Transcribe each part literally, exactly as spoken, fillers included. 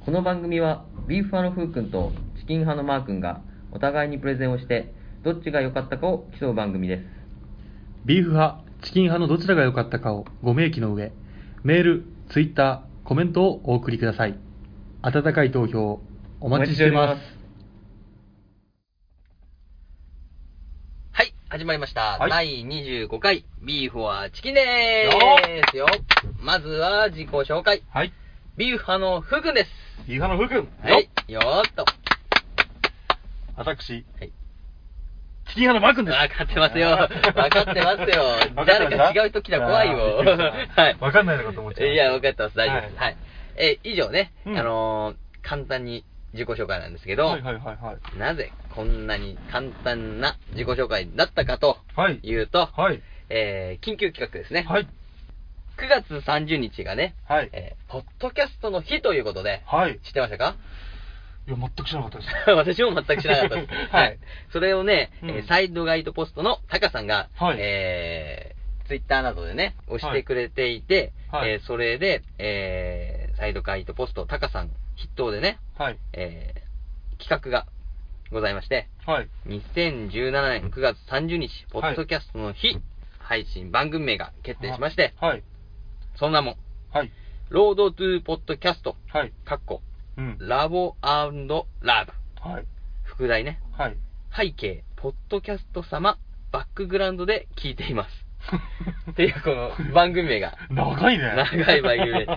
この番組はビーフ派のふうくんとチキン派のマーくんがお互いにプレゼンをしてどっちが良かったかを競う番組です。 ビーフ派、チキン派のどちらが良かったかをご明記の上、メール、ツイッター、コメントをお送りください。温かい投票お待ちしています。 はい、始まりました。 はい、 だいにじゅうごかいビーフはチキンでーすよ。まずは自己紹介。 はい。 ビーフ派のふうくんです。 ビーフ派のふうくん。 はい。よーっと。 私。 はい。 チキン派のマーくんです。 わかってますよ。わかってますよ。誰か違う人来たら怖いよ。 はい。わかんないのかと思っちゃう。 いや、わかってます。大丈夫です。はい。えー、以上ね、 うん、 あのー、簡単に自己紹介なんですけど、 はいはいはいはい。 なぜこんなに簡単な自己紹介だったかというと、 はいはい、 えー、緊急企画ですね。 はい。 くがつさんじゅうにちがね、 はい、 えー、ポッドキャストの日ということで、 はい、 知ってましたか？ いや、全く知らなかったです。 私も全く知らなかったです。はい。それをね、 うん、 えー、サイドガイドポストのタカさんが、 はい、 えー、ツイッターなどでね、押してくれていて、はい、えー、それで、えー、サイドガイドポストタカさん筆頭でね、はい、えー、企画がございまして、はい、にせんじゅうななねんくがつさんじゅうにち、ポッドキャストの日、はい、配信番組名が決定しまして、はい、そんなもん、はい、ロードトゥーポッドキャスト、はい、かっこ、うん、ラボ&ラブ、はい、副題ね、はい、背景、ポッドキャスト様、バックグラウンドで聞いています。っていうこの番組名が。 長いね。 長い番組名。はい。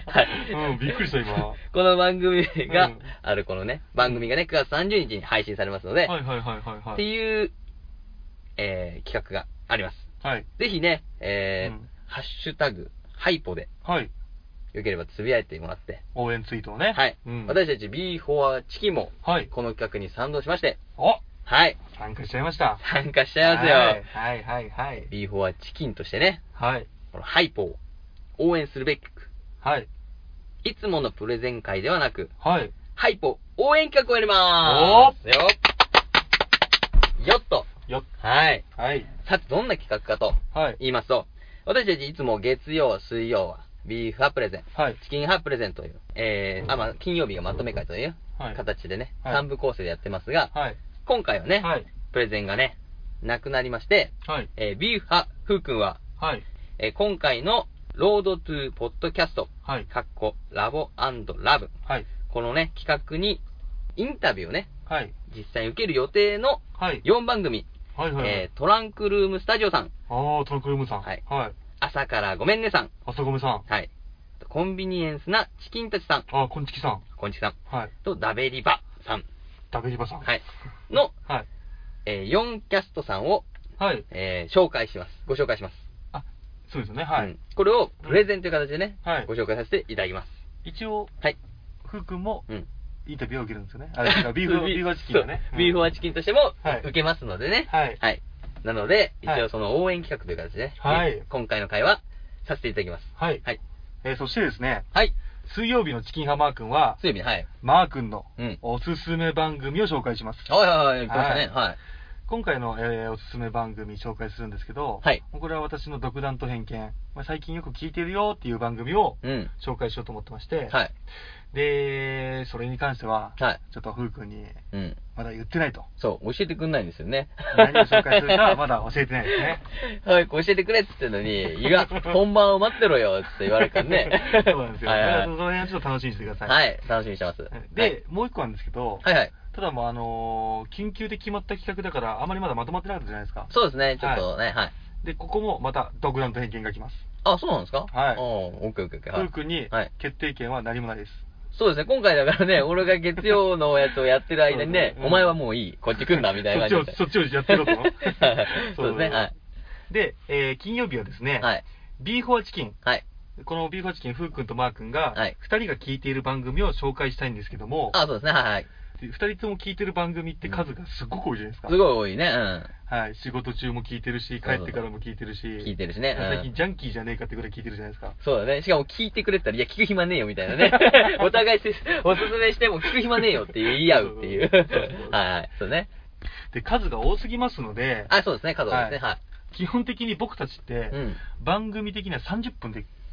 うん、びっくりした今。 この番組があるこのね、番組がね、くがつさんじゅうにちに配信されますので、はいはいはいはい、はい。っていう、えー、企画があります。はい。ぜひね、えー、うん、ハッシュタグ、ハイポで、はい。よければつぶやいてもらって。 応援ツイートをね。 はい。うん、私たち ビーフォアチキンも、はい。この企画に賛同しまして、 おはい。 参加しちゃいました。 参加しちゃいますよ。 はいはいはいはい。 ビーフォアチキンとしてね。 はい。 このハイポを応援するべく。はい。いつものプレゼン会ではなく。はい。ハイポ応援企画をやりまーす。よよっと。 よっ。 はい。はい。さて、どんな企画かと。はい。言いますと、私たちいつも月曜、水曜は、ビーフ派プレゼン。はい。チキン派プレゼンという。えー、あ、まあ、金曜日がまとめ会という。はい。形でね。はい。さんぶ構成でやってますが。はい。今回はね、はい、プレゼンがね、なくなりまして、はい、えー、ビーフ派、ふうくんは、はい、えー、今回のロードトゥーポッドキャスト、はい、かっこラボ&ラブ、はい、このね、企画にインタビューをね、はい、実際に受ける予定のよんばんぐみ、はいはいはい、えー、トランクルームスタジオさん、 あー、トランクルームさん、 はい、はい、朝からごめんねさん、 朝ごめんさん、 はい、コンビニエンスなチキンたちさん、 あー、こんちきさん、 こんちきさん、はい、とダベリバさん、 ダベリバさん、 はい、の、はい、えー、よんキャストさんを、はい、えー、紹介します。ご紹介します。 あ、そうですよね。はい。うん、 これをプレゼンという形でね、うん、はい、ご紹介させていただきます。 一応、はい。ふうくんも、うん、インタビューを受けるんですよね。あれ、ビーフ、ビーフワチキンがね。 ビーフワチキンとしても、受けますのでね。はい。はい。なので、一応その応援企画という形でね、はい。今回の会話、させていただきます。 はい。はい。えー、そしてですね、はい。水曜日のチキン派マー君は、 水曜日、はい。 マー君のおすすめ番組を紹介します。 はいはいはい、言ってましたね。はい。 今回の、えー、おすすめ番組紹介するんですけど、はい、これは私の独断と偏見、まあ、最近よく聞いてるよっていう番組を紹介しようと思ってまして、うん、はい、で、それに関しては、はい、ちょっとふうくんにまだ言ってないと、うん。 そう、教えてくんないんですよね。 何を紹介するかはまだ教えてないですね。 はい、教えてくれって言ってのに、いや、本番を待ってろよって言われるからね。 そうなんですよ。はいはい、その辺はちょっと楽しみにしてください。 はい、楽しみにしてます。 で、 はい、 もう一個なんですけど、はいはい。ただもうあのー、緊急で決まった企画だから、あまりまだまとまってなかったじゃないですか。 そうですね、ちょっとね、はい。はい、 で、ここもまた独断と偏見が来ます。 あ、そうなんですか？ はい。 おー、オッケーオッケーオッケー。 ふうくんに決定権は何もないです。 そうですね、今回だからね、俺が月曜のやつをやってる間にね、うん、お前はもういい、こっち来んな、みたいな感じで。 そっちを、そっちをやってろと。 そうですね、はい。 で、えー、金曜日はですね、はい、ビーフォアチキン。はい。このビーフォアチキン、ふうくんとマーくんが、はい、ふたりが聞いている番組を紹介したいんですけども、 あ、そうですね、はいはい。 ふたりとも聞いてる番組って数がすごく多いじゃないですか。 すごい多いね、うん。 はい。仕事中も聞いてるし、帰ってからも聞いてるし。 聞いてるしね。 最近ジャンキーじゃねえかってぐらい聞いてるじゃないですか。 そうだね。しかも聞いてくれたら、いや、聞く暇ねえよみたいなね。お互いおすすめしても聞く暇ねえよって言い合うっていう。はいはい。そうね。 で、数が多すぎますので。 あ、そうですね。数多いですね。はい。 基本的に僕たちって、番組的にはさんじゅっぷんで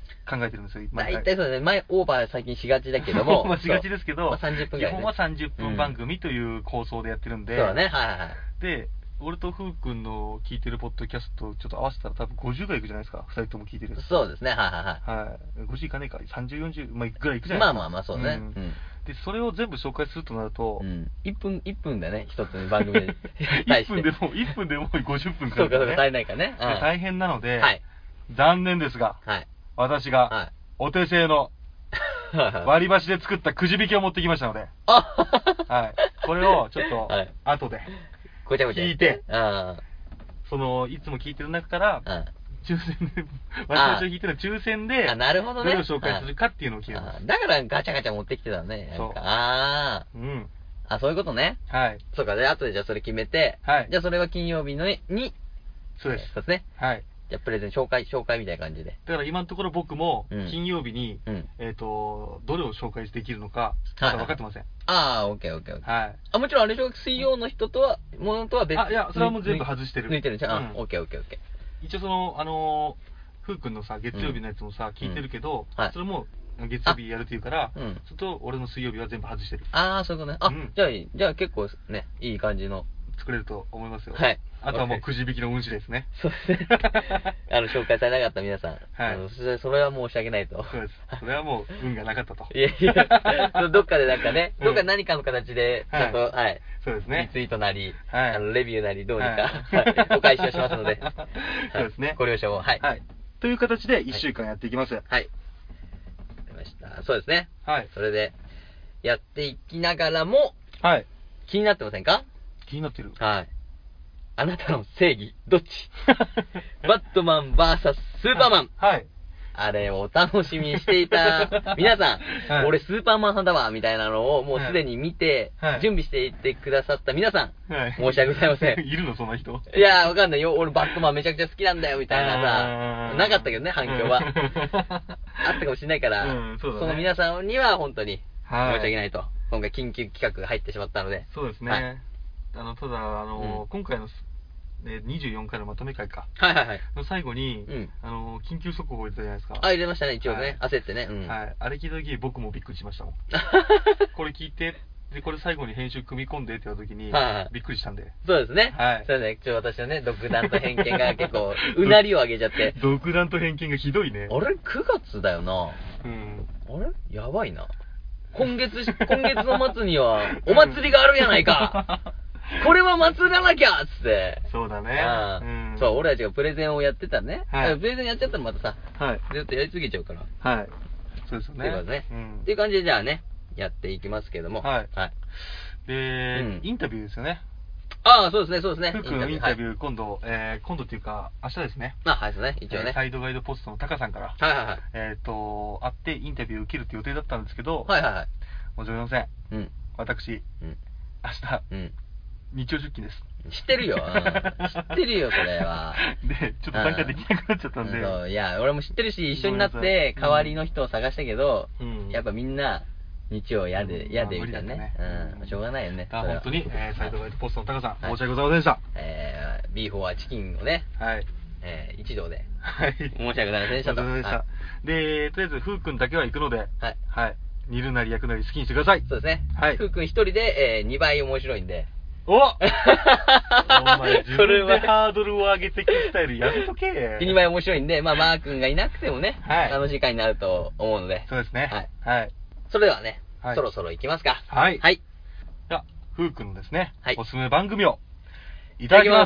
考えてるんですよ、 大体そうですね、前オーバー最近しがちだけども。 まあしがちですけど、 まあ、さんじゅっぷんぐらい、ね、 基本はさんじゅっぷん番組という構想でやってるんで。 そうだね、はいはい。 で、俺とふうくんの聞いてるポッドキャストちょっと合わせたら多分ごじゅうぐらいいくじゃないですか、ふたりとも聞いてる。 そうですね、はいはいはい。はい。ごじゅういかねえか、さんじゅう、よんじゅう、まあ、ぐらいいくじゃないですか。 まあまあまあ、そうね。うん。 で、それを全部紹介するとなると、 うん、いっぷん、いっぷんだね、一つの番組で。 いっぷんでも、いっぷんでもごじゅっぷんかかるから、ね。 そうか、足りないかね。 うん、大変なので、 はい、 残念ですが、はい、私が、はい、お手製の割り箸で作ったくじ引きを持ってきましたので、はい。これをちょっと、はい、後で、 ごちゃごちゃ聞いて、その、いつも聞いてる中から、抽選で、割り箸を引いてる抽選で、 あ、なるほどね。 どれを紹介するかっていうのを決めます。 だからガチャガチャ持ってきてたね。そう。ああ。うん。あ、そういうことね。はい。そうか、で、後でじゃあそれ決めて、はい。じゃあそれは金曜日のに、 そうです。 そうですね。はい。じゃあプレゼン紹介、紹介みたいな感じで。 だから今のところ僕も、金曜日に、うん、えっと、どれを紹介できるのか、まだ分かってません。 ああ、オッケーオッケーオッケー。はい。あ、もちろんあれでしょ、水曜の人とは、ものとは別に。 あ、いや、それはもう全部外してる。 抜いてるんじゃん。あ、オッケーオッケーオッケー。一応その、あの、ふうくんのさ、月曜日のやつもさ、聞いてるけど、それも、月曜日やるっていうから、ちょっと俺の水曜日は全部外してる。 ああ、そういうことね。あ、じゃあ、じゃあ結構ね、いい感じの。 作れると思いますよ。はい。あとはもうくじ引きの運指ですね。 そうですね。あの、紹介されなかった皆さん。はい。それ、それは申し訳ないと。 そうです。それはもう運がなかったと。 いやいや、どっかでなんかね、どっか何かの形で、ちゃんと、はい。 そうですね。 リツイートなり、はい。あの、レビューなり、どうにか、お返しをしますので。 そうですね。 ご了承を。はい。 はい。という形でいっしゅうかんやっていきます。はい。 わかりました。そうですね。はい。それで、やっていきながらも、はい。気になってませんか？ 気になってる。 はい。あなたの正義、どっちバットマン ブイエス スーパーマン。はい。あれをお楽しみにしていた皆さん、はい、俺スーパーマンさんだわ、みたいなのをもうすでに見て、はい、準備していってくださった皆さん、はい、申し訳ございません。 いるのそんな人？ いやー、わかんないよ。俺バットマンめちゃくちゃ好きなんだよ、みたいなさ、なかったけどね、反響は。あったかもしれないから、うんそね、その皆さんには本当に申し訳ないと。今回緊急企画が入ってしまったので。 そうですね。はい、あの、ただ、あの、うん、今回のでにじゅうよんかいのまとめ会か。 はいはいはい。 の最後に、うん、あの、緊急速報を入れたじゃないですか。 あ、入れましたね、一応ね。はい、焦ってね。 うん。はい。あれ聞いた時僕もびっくりしましたもん。これ聞いて、で、これ最後に編集組み込んでって言った時に、はいはい、びっくりしたんで。 そうですね。はい。そうですね。ちょ、私のね、独断と偏見が結構、うなりを上げちゃって。 独断と偏見がひどいね。 あれ ?くがつだよな。うん。あれやばいな。今月、今月の末には、お祭りがあるやないか。これは祭らなきゃっつって。 そうだね。 うん。そう、俺たちがプレゼンをやってたね。はい。プレゼンやっちゃったらまたさ、はい。ずっとやりすぎちゃうから。 はい。そうですよね。 っていうことね。うん。っていう感じでじゃあね、やっていきますけども。はい。はい。 で、インタビューですよね。 ああ、そうですね、そうですね。 ふうくんのインタビュー、今度、えー、今度っていうか、明日ですね。 あ、はいですね、一応ね。 サイドガイドポストのタカさんから、 はいはいはい。 えっと、会ってインタビューを受けるって予定だったんですけど、 はいはいはい。 申し訳ございません。うん。私、うん。明日、うん。日曜出勤です。 知ってるよ。知ってるよ、それは。 で、ちょっと参加できなくなっちゃったんで。 そう、いや、俺も知ってるし、一緒になって代わりの人を探したけど、うん、やっぱみんな、日曜嫌で、嫌でみたいなね。うん、しょうがないよね。 あ、本当に、えー、サイドガイドポストのタカさん、申し訳ございませんでした。 えー、ビーフォアチキンをね、はい。えー、一同で、はい。申し訳ございませんでしたと。 申し訳ございませんでした。で、とりあえず、ふうくんだけは行くので、はい。はい。煮るなり焼くなり好きにしてください。 そうですね。はい。ふうくん一人で、えー、にばい面白いんで。 おお前自分でハードルを上げていくスタイルやめとけ。 にばい面白いんで、まあ、マー君がいなくてもね、はい、楽しい回になると思うので。 そうですね。 はい。はい。それではね、はい、そろそろ行きますか。 はい。 はい。 では、ふうくんのですね、はい、おすすめ番組をいただきます。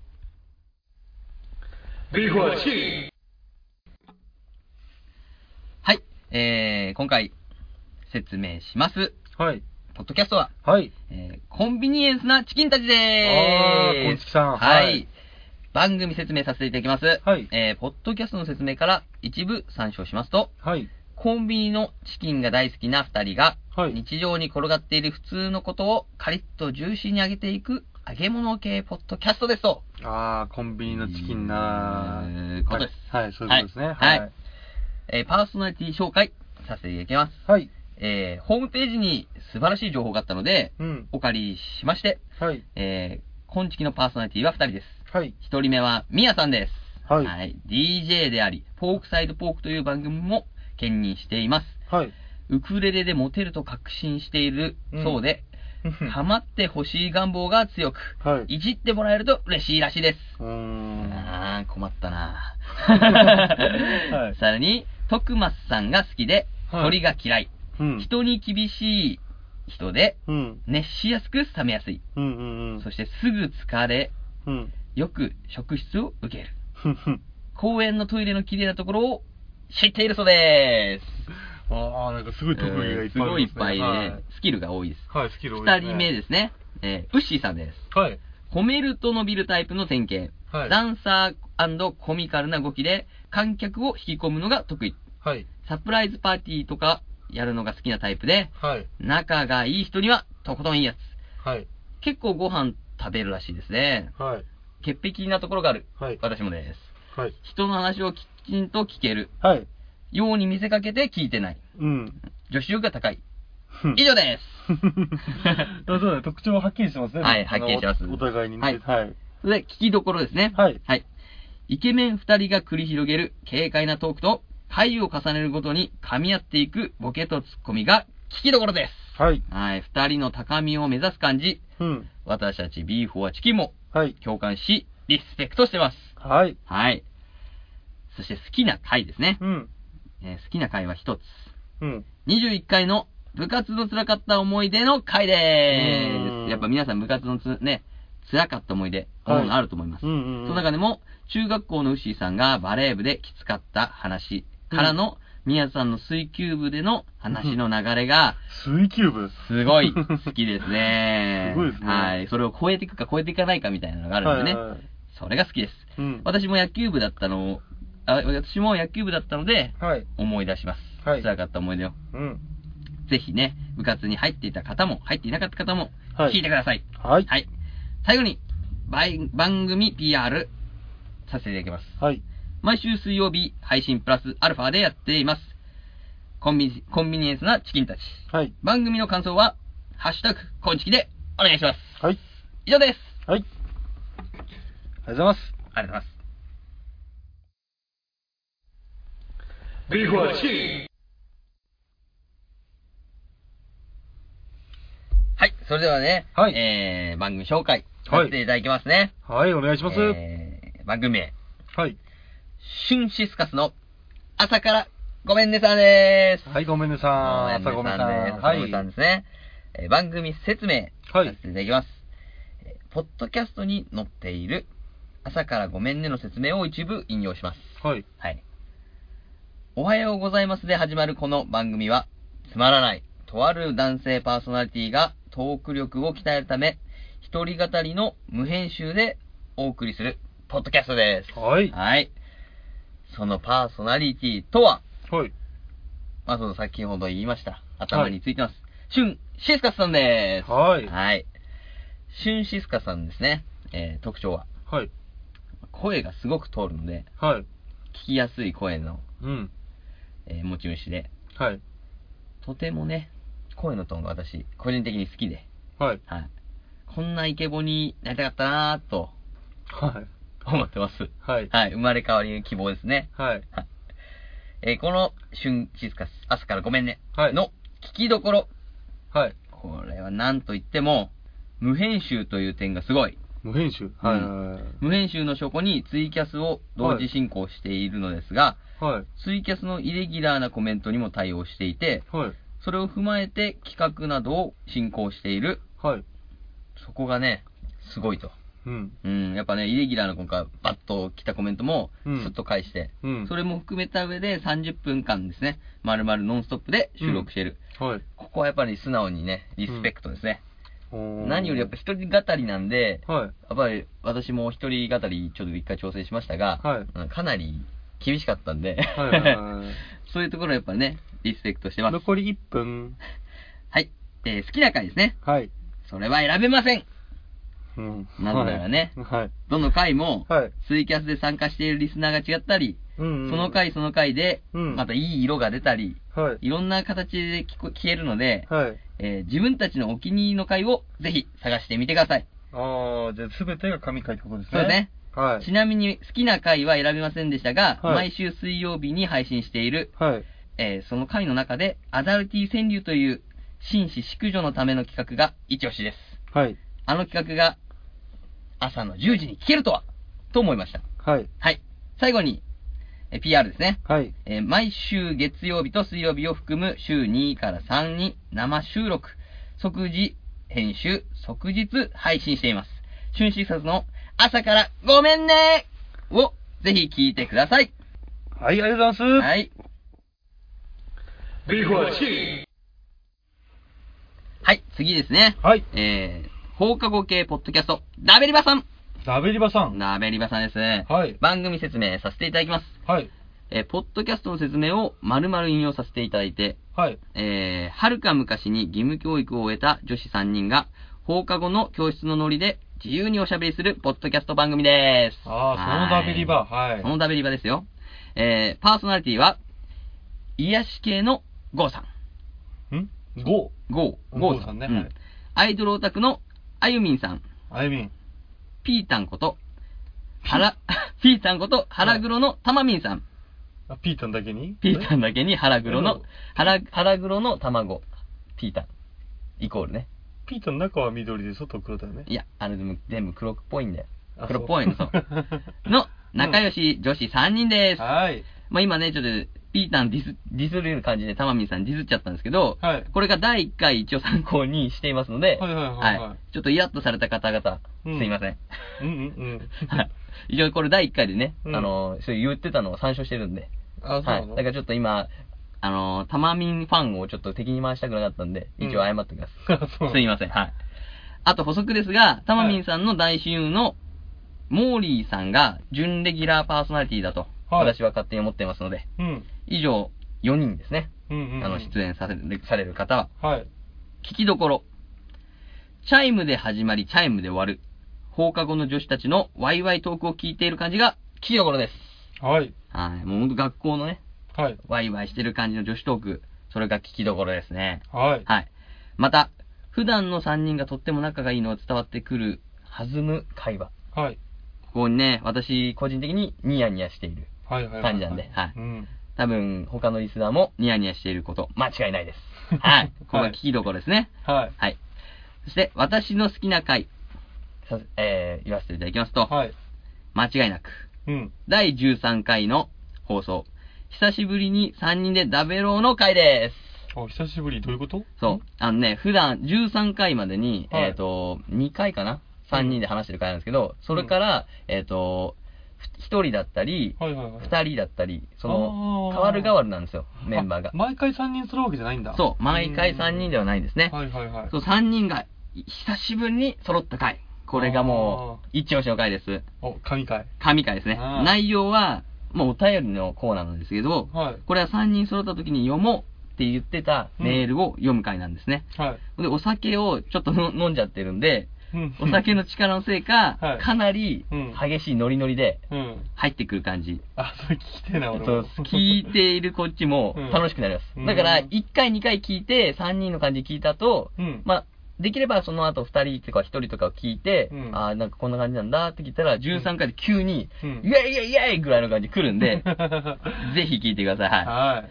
ビーフォアチキン。 はい。えー、今回、説明します。 はい。 ポッドキャストは、 はい。 えー、コンビニエンスなチキンたちでーす。 あー、こんちきさん。 はい。はい、番組説明させていただきます。はい。えー、ポッドキャストの説明から一部参照しますと、はい。コンビニのチキンが大好きな二人が、はい。日常に転がっている普通のことをカリッとジューシーに揚げていく揚げ物系ポッドキャストですと。 あー、コンビニのチキンなー。ことです。 はい、はい、そういうことですね。はい。 はいはい、えー、パーソナリティ紹介させていただきます。はい。えー、ホームページに素晴らしい情報があったので、うん、お借りしまして、はい。えー、今期のパーソナリティはふたりです。はい。ひとりめは、みやさんです。 はい。はい。ディージェー であり、ポークサイドポークという番組も兼任しています。はい。ウクレレでモテると確信しているそうで、うん、ハマってほしい願望が強く、はい、いじってもらえると嬉しいらしいです。うーん。あー、困ったなはい、さらに、徳松さんが好きで、はい、鳥が嫌い、うん。人に厳しい人で、うん、熱しやすく冷めやすい。うんうんうん、そしてすぐ疲れ、うん、よく職質を受ける。公園のトイレの綺麗なところを知っているそうです。 ああ、なんかすごい特技がいっぱいありますね。 すごいいっぱいで、はい、スキルが多いです。はい、スキル多いですね。二人目ですね。えー、ウッシーさんです。はい。褒めると伸びるタイプの典型。はい。ダンサー&コミカルな動きで観客を引き込むのが得意。はい。サプライズパーティーとかやるのが好きなタイプで、はい。仲がいい人にはとことんいいやつ。はい。結構ご飯食べるらしいですね。はい。潔癖なところがある。はい。私もです。はい。人の話をきちんと聞ける。はい。ように見せかけて聞いてない。うん。女子力が高い。以上です。 そうだね、特徴ははっきりしてますね。 はい、はっきりしてます。 お互いにね。はい。はい、 で、聞きどころですね。はい。はい。イケメン二人が繰り広げる軽快なトークと、回を重ねるごとに噛み合っていくボケとツッコミが聞きどころです。はい。はい。二人の高みを目指す感じ。うん。私たちビーフォアチキンも、はい。共感し、リスペクトしてます。はい。はい。そして好きな回ですね。うん。えー、好きな回は一つ。うん。にじゅういっかいの部活の辛かった思い出の回でーす。やっぱ皆さん部活のつ、ね、辛かった思い出、はい、あると思います。うんうんうん、その中でも、中学校のウッシーさんがバレー部できつかった話からの、うん、宮さんの水球部での話の流れが、 水球部すごい好きですね。すごいですね。はい。それを超えていくか超えていかないかみたいなのがあるんでね。はいはいはい、それが好きです。うん、私も野球部だったのを、あ私も野球部だったので、はい、思い出します。はい、辛かった思い出を。うん、ぜひね、部活に入っていた方も、入っていなかった方も、聞いてください。はい。はい。最後に、番組 ピーアール させていただきます。はい。毎週水曜日、配信プラスアルファでやっています。コンビ、コンビニエンスなチキンたち。はい。番組の感想は、ハッシュタグ、コンチキでお願いします。はい。以上です。 はい。ありがとうございます。 ありがとうございます。 ビーフォアチキン。 はい、それではね、はい、えー、番組紹介させていただきますね。 はい、はい、お願いします。 えー、番組名。はい。シュンシスカスの朝からごめんねさんでーす。 はい、ごめんねさん。 朝ごめんさんです。朝ごめんさんですね。えー、番組説明させていただきます。はい、ポッドキャストに載っている朝からごめんねの説明を一部引用します。はい。はい。おはようございますで始まるこの番組は、つまらない、とある男性パーソナリティがトーク力を鍛えるため、一人語りの無編集でお送りするポッドキャストです。はい。はい。そのパーソナリティとは、はい。まあ、その先ほど言いました。頭についてます。はい、シュンシスカスさんです。はい。はい。シュンシスカさんですね。えー、特徴は、はい。声がすごく通るので、はい。聞きやすい声の、うん。えー、持ち主で、はい。とてもね、声のトーンが私、個人的に好きで、はい。はい。こんなイケボになりたかったなぁと、はい。思ってます。はい。はい。生まれ変わり希望ですね。はい。はい。えー、この、シュンシスカス、朝からごめんね、はい。の聞きどころ。はい。これは何と言っても、無編集という点がすごい。 無編集、はい、はいはい。 無編集の証拠にツイキャスを同時進行しているのですが、はい。ツイキャスのイレギュラーなコメントにも対応していて、はい。それを踏まえて企画などを進行している。はい。そこがね、すごいと。うん。うん。やっぱね、イレギュラーな今回、バッと来たコメントも、スッと返して、うん。それも含めた上でさんじゅっぷんかんですね、丸々ノンストップで収録している。うん、はい。ここはやっぱり素直にね、リスペクトですね。うん、何よりやっぱ一人語りなんで、はい。やっぱり私も一人語りちょっと一回挑戦しましたが、はい。かなり厳しかったんで、はいはいはい、そういうところやっぱね、リスペクトしてます。 残りいっぷん。 はい。えー、好きな回ですね。はい。それは選べません。うん。なぜならね、はい。どの回も、はい。ツイキャスで参加しているリスナーが違ったり、うんうん、その回その回で、うん、またいい色が出たり、はい。いろんな形で聞こ消えるので、はい。えー、自分たちのお気に入りの回をぜひ探してみてください。 ああ、じゃあ全てが神回ってことですね。 そうですね。 はい、ちなみに好きな回は選べませんでしたが、はい、毎週水曜日に配信している、はいえー、その回の中でアダルティ川柳という紳士淑女のための企画が一押しです。はい。あの企画が朝のじゅうじに聞けるとはと思いました。はい。はい。最後に、え ピーアール ですね。はい、えー。毎週月曜日と水曜日を含む週にからさんに生収録、即時編集、即日配信しています。春シサスの朝からごめんねをぜひ聞いてください。 はい、ありがとうございます。はい。 ビーフォーチー。はい、次ですね。はい。えー、放課後系ポッドキャスト、ダベリバさん。 ダベリバさん。 ダベリバさんですね。はい。番組説明させていただきます。はい。えー、ポッドキャストの説明を丸々引用させていただいて、はい。えー、はるか昔に義務教育を終えた女子さんにんが、放課後の教室のノリで自由におしゃべりするポッドキャスト番組です。 ああ、そのダベリバ。はい。 そのダベリバですよ。えー、パーソナリティは、癒し系のゴーさん。んゴーゴー。ゴーさんね。うん、はい。アイドルオタクのあゆみんさん。 あゆみん。 ピータンこと、はら、ピータンこと腹黒のたまみんさん。 あ、ピータンだけにピータンだけに腹黒の、腹、腹黒の卵。ピータン。イコールね。 ピータンの中は緑で外黒だよね。 いや、あれでも全部黒っぽいんだよ。黒っぽいの、そう。の、仲良し女子さんにんです。はい。まあ今ね、ちょっと、ピータンディス、ディスる感じでたまみんさんディスっちゃったんですけど、はい。これがだいいっかい一応参考にしていますので、はいはいはい、はい。はい。ちょっとイラッとされた方々、うん、すいません。うんうんうん。はい。一応これだいいっかいでね、うん、あの、そう言ってたのを参照してるんで。あ、そうなの？はい。だからちょっと今、あの、たまみんファンをちょっと敵に回したくなかったんで、一応謝っておきます。うん、すいません。はい。あと補足ですが、たまみんさんの大親友のモーリーさんが準レギュラーパーソナリティだと、はい、私は勝手に思っていますので、うん、以上よにんですね。うんうんうん、あの出演される、される方は、はい、聞きどころ。チャイムで始まり、チャイムで終わる。放課後の女子たちのワイワイトークを聞いている感じが聞きどころです。はい。はい。もうほんと学校のね、はい、ワイワイしてる感じの女子トーク、それが聞きどころですね。はい。はい。また、普段のさんにんがとっても仲がいいのは伝わってくる弾む会話。はい。ここにね、私個人的にニヤニヤしている感じなんで、はい。うん、多分他のリスナーもニヤニヤしていること間違いないです。はい。ここが聞きどころですね。はい。はい。そして私の好きな回、えー、言わせていただきますと、はい。間違いなく、うん。だいじゅうさんかいの放送、久しぶりにさんにんでダベローの回です。 あ、久しぶり、どういうこと？ そう。あのね、普段じゅうさんかいまでに、はい、えっと、にかいかな ?さん 人で話してる回なんですけど、それから、うん、えっと、ひとりだったり、はいはいはい、ふたりだったり、その、変わる変わるなんですよ、メンバーが。 毎回さんにんするわけじゃないんだ。 そう、毎回さんにんではないんですね。はいはいはい。そう、さんにんが久しぶりに揃った回。これがもう、一押しの回です。 お、神回。 神回ですね。内容は、もうお便りのコーナーなんですけど、はい、これはさんにん揃った時に読もうって言ってたメールを読む回なんですね。うん、はい。で、お酒をちょっと飲んじゃってるんで、うん、お酒の力のせいか、はい、かなり激しいノリノリで入ってくる感じ。うん、 あ、それ聞きてえな、俺も。 そう、聞いているこっちも楽しくなります。うん、だから、いっかいにかい聞いて、さんにんの感じ聞いた後、うん、まあ、できればその後ふたりとかひとりとかを聞いて、うん、ああ、なんかこんな感じなんだって聞いたら、じゅうさんかいで急に、うん、イェイイェイイェイぐらいの感じ来るんで、ぜひ聞いてください。はい。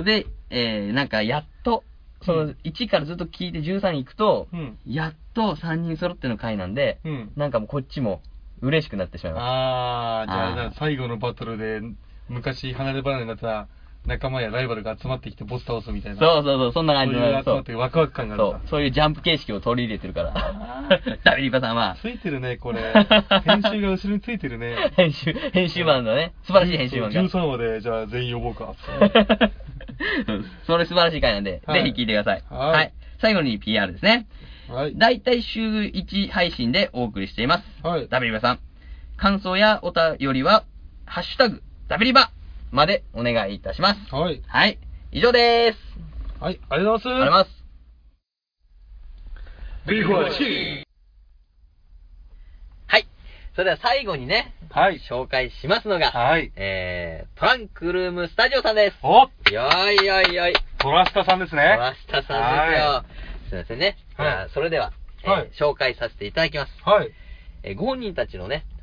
で、えー、なんかやっと、そのいちからずっと聞いてじゅうさん行くと、うん、やっとさんにん揃っての回なんで、うん、なんかもうこっちも嬉しくなってしまいます。 ああ、じゃあ、じゃあ最後のバトルで、昔離れ離れになった仲間やライバルが集まってきてボス倒すみたいな。 そうそうそう、そんな感じの。 そういう集まってワクワク感があるんだ。 そう、そういうジャンプ形式を取り入れてるから。ダビリバさんは。 ついてるね、これ。編集が後ろについてるね。 編集、編集マンのね、素晴らしい編集マンが。 じゅうさんわで、じゃあ全員呼ぼうか。 それ素晴らしい回なんで、はい、ぜひ聞いてください。はい。はい、最後に ピーアール ですね。はい。だいたい週いち配信でお送りしています。はい。ダビリバさん。感想やお便りは、ハッシュタグ、ダビリバまでお願いいたします。はい。はい。以上でーす。 はい、ありがとうございます。 ありがとうございます。 ビーフォーチー。 はい。それでは最後にね、はい。紹介しますのが、はい。えー、トランクルームスタジオさんです。 おっよいよいよい。 トラスタさんですね。 トラスタさんですよ。すいませんね。はい。それでは、えーはい、紹介させていただきます。はい。えー、ご本人たちのね、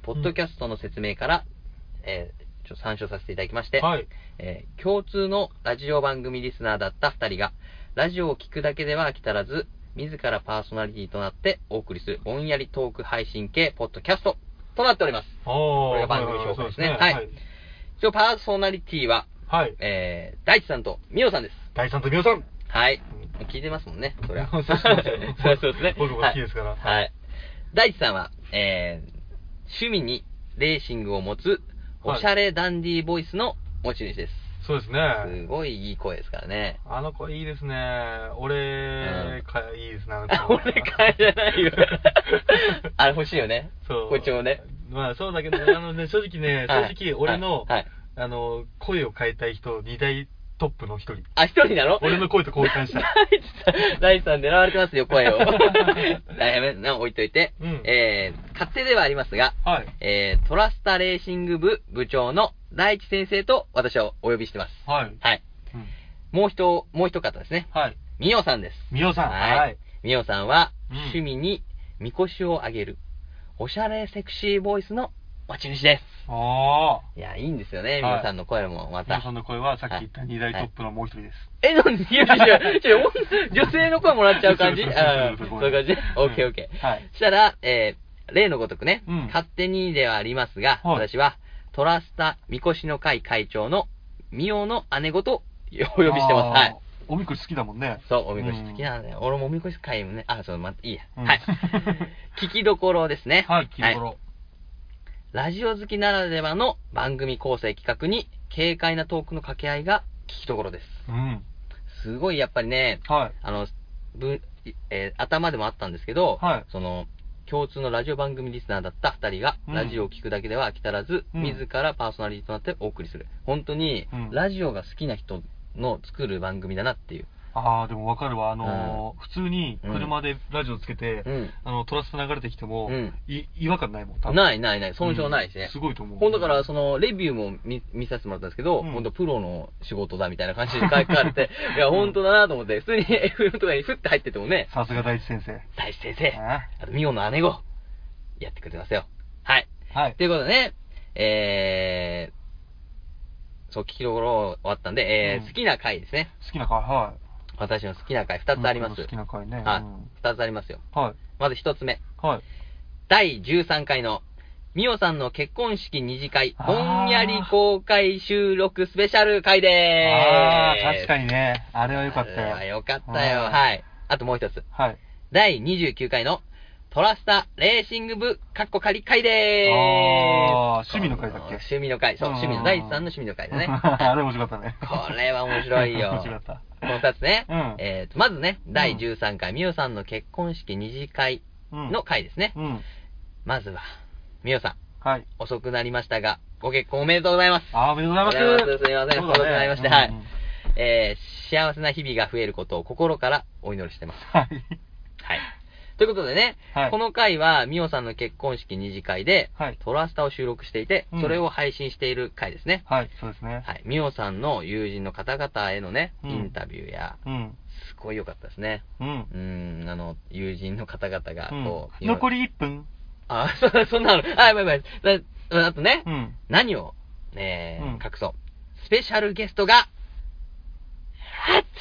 ポッドキャストの説明から、うん、えー、ちょっと参照させていただきまして、 はい、 えー、共通のラジオ番組リスナーだったふたりが、ラジオを聞くだけでは飽き足らず、自らパーソナリティとなってお送りするぼんやりトーク配信系ポッドキャストとなっております。これが番組紹介ですね。はい。はい、一応パーソナリティは、はい、えー、大地さんとみおさんです。 大地さんとみおさん。 はい。聞いてますもんね、そりゃ。そうですね。 僕も好きですから。 はい。大地さんは、えー、趣味にレーシングを持つ、おしゃれダンディーボイスの持ち主です。 そうですね。 すごいいい声ですからね。 あの声いいですね。俺、うん、かいいですね。 俺かじゃないよ。あれ欲しいよね。そう。こっちもね。 まあそうだけど、あのね、正直ね、正直俺の、はいはい、あの、声を変えたい人、二大トップの一人。 あ、一人なの？ 俺の声と交換した。 大地さん狙われてますよ、声を。やめ、な、置いといて。うん、えー、勝手ではありますが、はい、えー、トラスタレーシング部部長の大地先生と私をお呼びしてます。 はい。 はい。うん、もう一、もう一方ですね。 はい。 みおさんです。 みおさん。 はい。みおさんは、趣味にみこしをあげる、おしゃれセクシーボイスの持ち主です。 ああ。 いや、いいんですよね、みおさんの声もまた。 みおさんの声はさっき言った二大トップのもう一人です。 え、なんでいやいやいや、女性の声もらっちゃう感じ？ああ、そういう感じね。オッケーオッケー。はい。そしたら、えー、例のごとくね、勝手にではありますが、私は、トラスタみこしの会会長のみおの姉子とお呼びしてます。はい。 おみこし好きだもんね。 そう、おみこし好きなんだよ。俺もおみこし会もね、あ、そう、ま、いいや。はい。聞きどころですね。 はい、聞きどころ。 ラジオ好きならではの番組構成企画に軽快なトークの掛け合いが聞きどころです。 うん。 すごいやっぱりね、はい、あの、ぶ、えー、頭でもあったんですけど、はい、その、共通のラジオ番組リスナーだったふたりが、うん、ラジオを聞くだけでは飽き足らず、うん、自らパーソナリティとなってお送りする。本当に、うん、ラジオが好きな人の作る番組だなっていう。 ああ、でもわかるわ。あのー、普通に車でラジオつけて、うん、あの、トラスト流れてきても、うん、い、違和感ないもん。 ないないない。損傷ないしね。うん、 すごいと思う。 ほんだから、その、レビューも見、見させてもらったんですけど、うん、ほんとプロの仕事だみたいな感じで書かれて、いや、ほんとだなと思って、普通に エフエム とかにフッて入っててもね。 さすが大地先生。 大地先生。あと、ミオの姉子。やってくれてますよ。はい。 はい。 ということでね、えー、そう、聞きどころ終わったんで、えー、うん、好きな回ですね。 好きな回、はい。 私の好きな回二つあります。 好きな回ね。 はい。二つありますよ。 はい。 まず一つ目。 はい。 だいじゅうさんかいの、みおさんの結婚式二次会、ぼんやり公開収録スペシャル回でーす。 ああ、確かにね。あれはよかったよ。あれはよかったよ。はい。あともう一つ。 はい。 だいにじゅうきゅうかいの、トラスタレーシング部、カッコ仮会でーす。 ああ、趣味の会だっけ？ 趣味の会。そう、趣味の、大地さんの趣味の会だね。 あれ面白かったね。 これは面白いよ。 面白かった。 この二つね。 うん、 えーと、まずね、だいじゅうさんかい、みおさんの結婚式二次会の会ですね。 うんうん、 まずは、みおさん。 はい。 遅くなりましたが、ご結婚おめでとうございます。 あ、おめでとうございます。 すみません、遅くなりまして、はい。えー、幸せな日々が増えることを心からお祈りしてます。 はい。 はい。ということでね、はい、この回は、みおさんの結婚式二次会で、はい、トラスタを収録していて、それを配信している回ですね。 はい、そうですね。 はい。みおさんの友人の方々へのね、インタビューや、 うん、 すごい良かったですね。 うん。 うん、あの、友人の方々が、こう、うん、残りいっぷん。 あ、そ、そんなの。あ、やばいやばい。あとね、 うん、 何を、ね、うん、隠そう。スペシャルゲストが、はっつって。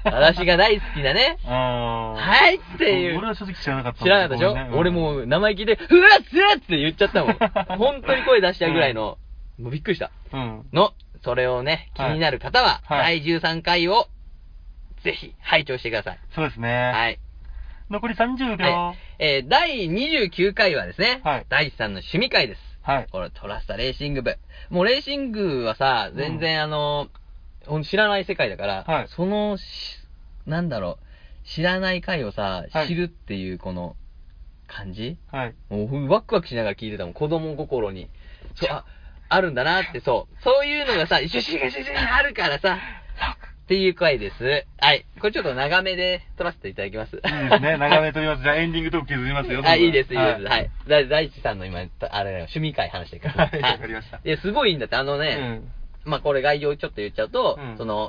私が大好きなね。はいっていう。 俺は正直知らなかった。 知らなかったでしょ、ね、うん、俺もう名前聞いて、うわっつーって言っちゃったもん。本当に声出しちゃうぐらいの、うん、もうびっくりした。 うん。 の、それをね、気になる方は、はい、だいじゅうさんかいを、ぜひ、拝聴してください。 そうですね。 はい。 残りさんじゅうびょう。はい、 えー、だいにじゅうきゅうかいはですね、 はい、 大地さんの趣味会です。 はい。 これ、トラスタレーシング部。もうレーシングはさ、全然あの、うん、知らない世界だから、 はい、 その、なんだろう、知らない回をさ、 はい、 知るっていうこの感じ、 はい、 もうワクワクしながら聞いてたもん、子供心に。そう、あ、あるんだなって、そう。そういうのがさ、一緒にあるからさ、っていう回です。はい。これちょっと長めで撮らせていただきます。いいですね。長め撮ります。じゃあエンディングトーク削りますよ。 あ、いいです、いいです。はい。だ大地さんの今、あれ、趣味会話してるから。 はい、わかりました。 いや、すごいいいんだって、あのね、うん、まあこれ概要ちょっと言っちゃうと、うん、その、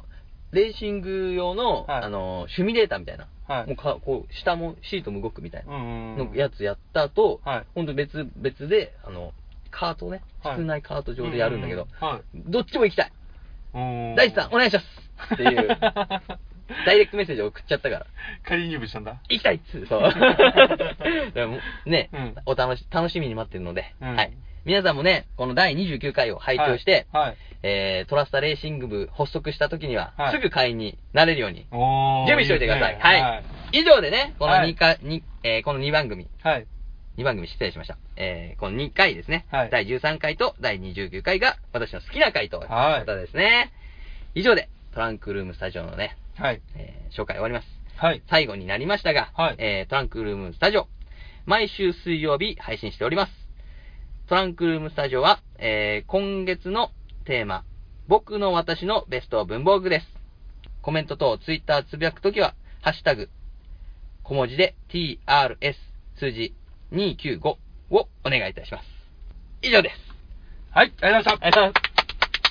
レーシング用の、 はい、 あの、シミュレーターみたいな。 はい、 もうかこう下もシートも動くみたいなのやつやった後、 はい、 ほんと別々で、あの、カートね、室内カート上でやるんだけど、 はい、 どっちも行きたい。大地さん、お願いしますっていう、ダイレクトメッセージを送っちゃったから。 仮入部したんだ。 行きたいっつそう。でもね、うん、お楽し、楽しみに待ってるので、うん、はい。皆さんもね、このだいにじゅうきゅうかいを拝聴して、はいはい、えー、トラスタレーシング部発足した時には、はい、すぐ会員になれるように、準備しておいてください。いいね、はい、はい。以上でね、このにかい、にえー、このにばん組、はい、にばん組失礼しました。えー、このにかいですね、はい、だいじゅうさんかいとだいにじゅうきゅうかいが私の好きな回ということですね。はい、以上で、トランクルームスタジオのね、はい、えー、紹介終わります。はい。最後になりましたが、はい、えー、トランクルームスタジオ、毎週水曜日配信しております。トランクルームスタジオは、えー、今月のテーマ、僕の私のベスト文房具です。コメント等、ツイッターつぶやくときは、ハッシュタグ、小文字で ティーアールエス 数字にひゃくきゅうじゅうごをお願いいたします。以上です。 はい、ありがとうございました。 ありがとうございます。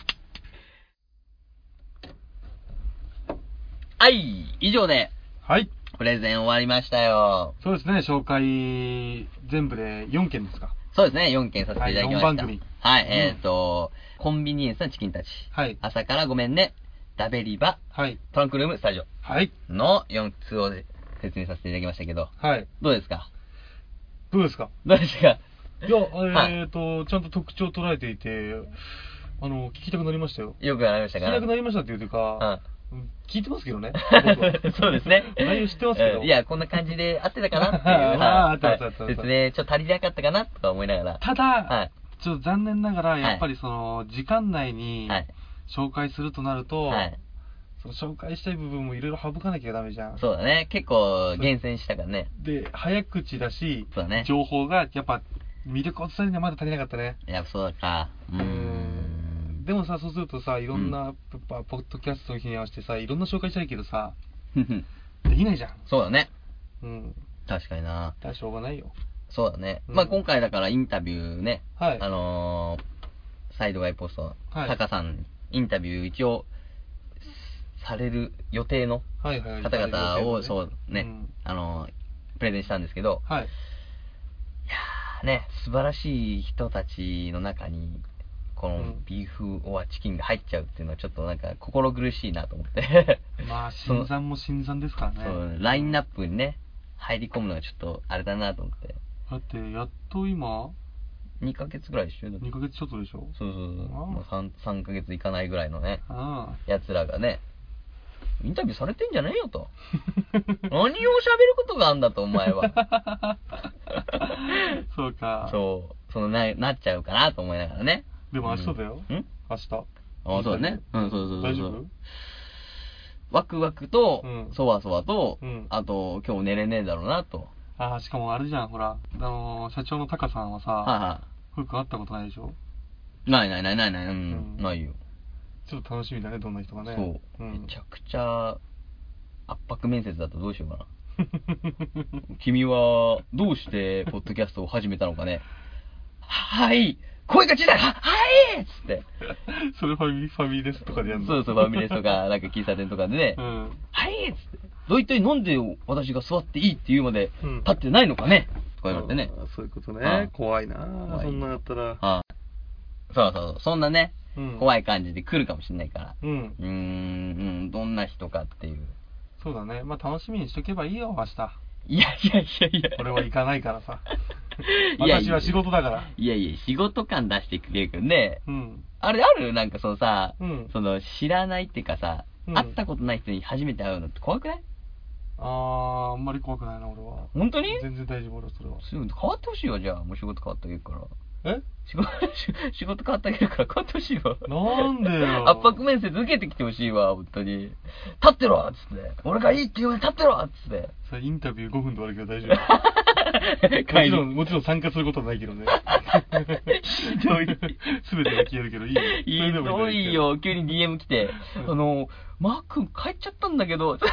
はい、以上で、 はい。 プレゼン終わりましたよ。 そうですね、紹介、全部でよんけんですか。 そうですね、よんけんさせていただきました。はい、よんばん組。はい、うん、えっ、ー、と、コンビニエンスなチキンたち。はい。朝からごめんね、ダベリバ。はい。トランクルームスタジオ。はい。のよっつを説明させていただきましたけど。はい。どうですか？ どうですか？ どうですか？いや、 えーと、はい、ちゃんと特徴を捉えていて、あの、聞きたくなりましたよ。 よくなりましたか？ 聞きたくなりましたっていうか、うん、聞いてますけどね。 そうですね。 内容知ってますけど。 いや、こんな感じで合ってたかなっていう。ああ、合ってた、合ってた。説明ちょっと足りなかったかなとか思いながら。 ただ、はい、ちょっと残念ながら、やっぱりその、時間内に紹介するとなると、はい、その紹介したい部分もいろいろ省かなきゃダメじゃん。 そうだね。結構厳選したからね。 で、早口だし、 そうだね、 情報がやっぱ魅力を伝えるにはまだ足りなかったね。 やっぱそうだか。うーん。 でもさ、そうするとさ、いろんな、うん、ポッドキャストの日に合わせてさ、いろんな紹介したいけどさ、できないじゃん。 そうだね。 うん。 確かにな。 だからしょうがないよ。 そうだね。うん、まあ今回だからインタビューね、はい、あのー、サイドガイポスト、はい、タカさん、インタビュー一応、される予定の方々を、そうね、うん、あのー、プレゼンしたんですけど、はい、いやーね、素晴らしい人たちの中に、このビーフオアチキンが入っちゃうっていうのはちょっとなんか心苦しいなと思ってまあ新参も新参ですからね。 そうラインナップにね入り込むのがちょっとあれだなと思って。 だってやっと今にかげつぐらいでしょ。 にかげつちょっとでしょ。 そうそうそう。もう 3, 3ヶ月いかないぐらいのねやつらがねインタビューされてんじゃねえよと何を喋ることがあんだとお前はそうか。 そうその な, なっちゃうかなと思いながらね。 でも明日だよ。うん、明日。ああ、そうだね。うん、そうそうそう。 大丈夫？ ワクワクと、そわそわと、うん、あと、今日寝れねえだろうなと。 ああ、しかもあれじゃん、ほら、あのー、社長のタカさんはさ、はいはい。フック会ったことないでしょ？ ないないないないない、うん、うん、ないよ。 ちょっと楽しみだね、どんな人がね。 そう。うん、めちゃくちゃ、圧迫面接だとどうしようかな。君は、どうして、ポッドキャストを始めたのかね。はい声が小さいは、はいっつって。 それファミ、ファミレスとかでやるの？ そうそう、ファミレスとか、なんか喫茶店とかでね。うん、はいっつって。どういったいなんで私が座っていいって言うまで立ってないのかね、うん、とか言われてね。 そういうことね。怖いなぁ。そんなだったら。あそうそうそう。そんなね、うん、怖い感じで来るかもしれないから。うん。うーん、どんな人かっていう。 そうだね。まあ楽しみにしとけばいいよ、明日。 いやいやいやいや。 俺は行かないからさ。私は仕事だから。 いやいや、仕事感出してくれるけどね。うん。あれあるなんかそのさ、うん、その知らないっていうかさ、うん、会ったことない人に初めて会うのって怖くない？ あー、あんまり怖くないな、俺は。 本当に？ 全然大丈夫、俺はそれは。 変わってほしいわ、じゃあ。もう仕事変わってあげるから。 え仕事、仕事変わってあげるから変わってほしいわ。 なんでよ。 圧迫面接受けてきてほしいわ、本当に。立ってろっつって。俺がいいって言うのに立ってろっつって。 それインタビューごふんで終わるけど大丈夫。もちろん、もちろん参加することはないけどね。 ひどい。 すべてが消えるけどいいよ。 ひどいよ。急に ディーエム 来て、あの、マー君帰っちゃったんだけど、ふく、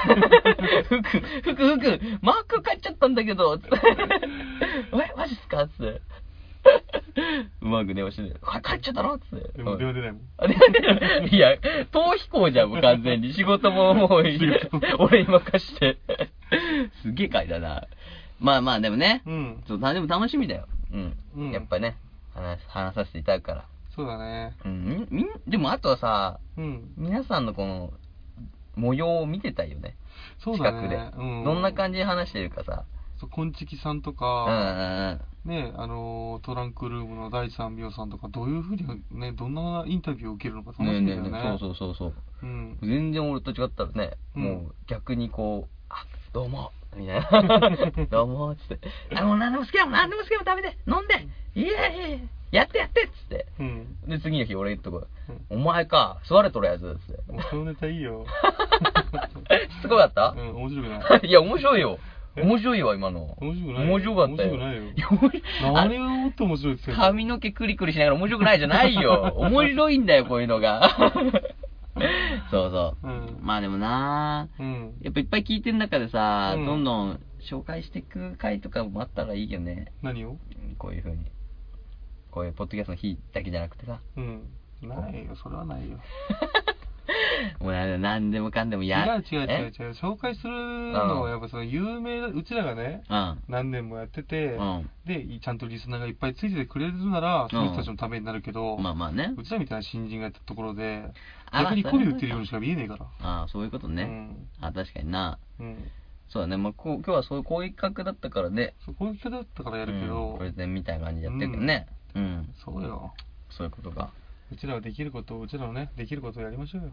ふく、ふく、マー君帰っちゃったんだけど、つって。え、マジっすかつって。 うまく電話して、帰っちゃったのっつって。 でも電話出ないもん。 いや、逃避行じゃん、もう完全に。仕事ももう、俺に任して。すげえ回だな。まあまあ、でもね。うん。そう、でも楽しみだよ。うん。うん、やっぱね、話、話させていただくから。 そうだね。 うん。みん、でもあとはさ、うん。皆さんのこの、模様を見てたいよね。そうだね。近くで。うん。どんな感じで話してるかさ。 そう、こんちきさんとか、ね、あの、トランクルームの第三秒さんとか、どういうふうにね、どんなインタビューを受けるのか楽しみだよね。ねえねえねえ、そうそうそうそう。うん。全然俺と違ったらね、うん、もう逆にこう、あ、どうも、みたいな。どうも、つって。あ、もう何でも好きだもん、何でも好きだもん食べて、飲んで、いやいやいや、やってやってっつって。うん。で、次の日俺言っとく。うん、お前か、座れとるやつ、つって。もうそのネタいいよ。 すごかった？ うん、面白くない。 いや、面白いよ。面白いわ、今の。 面白くない。 面白かったよ。 面白くないよ。何がもっと面白いですよ。 髪の毛クリクリしながら面白くないじゃないよ。面白いんだよ、こういうのが。そうそう。うん、まあでもなぁ、うん、やっぱいっぱい聞いてる中でさ、うん、どんどん紹介していく回とかもあったらいいよね。 何を？ こういう風に。こういうポッドキャストの日だけじゃなくてさ。 うん。ないよ、それはないよ。 もう何でもかんでもや違う違う違う違う。紹介するのはやっぱその有名な、うちらがね、うん、何年もやってて、うん、で、ちゃんとリスナーがいっぱいついててくれるなら、その人たちのためになるけど、うん、まあまあね。うちらみたいな新人がやったところで、逆に媚び売ってるようにしか見えねえから。 ああ、そういうことね。うん、あ、確かにな。うん、そうだね。まあ、こう今日はそういうこういう企画だったからね。 そう、こういう企画だったからやるけど、 プレゼンみたいな感じでやってるけどね。うん。 そうよ。 そういうことか。 うちらはできることを、うちらのね、できることをやりましょうよ。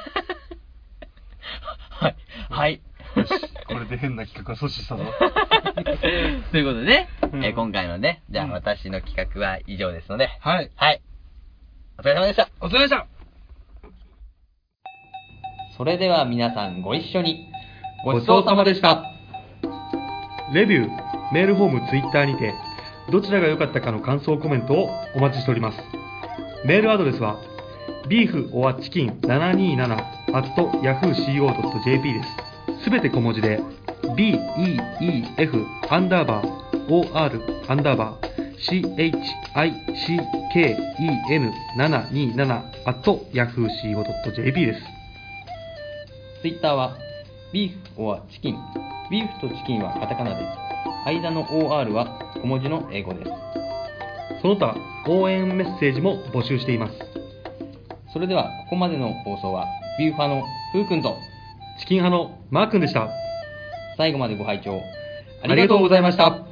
はい。はい。 よし。これで変な企画は阻止したぞ。 ということでね、うん、えー、今回のね、じゃあ私の企画は以上ですので、はい。はい。お疲れ様でした。 お疲れ様でした。 それでは皆さんご一緒に、ごちそうさまでした。 レビュー、メールフォーム、ツイッターにて、どちらが良かったかの感想コメントをお待ちしております。メールアドレスは ビーフ オア チキンななにーなな アット ヤフー シーオー ドット ジェーピー です。すべて小文字で ビー イー イー エフ アンダーバー オー アール アンダーバー シー エイチ アイ シー ケー イー エヌ ななにーなな アット ヤフー シーオー ドット ジェーピー です。 ツイッターは ビーフ オア チキン、ビーフとチキンはカタカナで、間の オーアール は小文字の英語です。 その他応援メッセージも募集しています。 それではここまでの放送はビーフ派のふうくんとチキン派のマーくんでした。 最後までご拝聴ありがとうございました。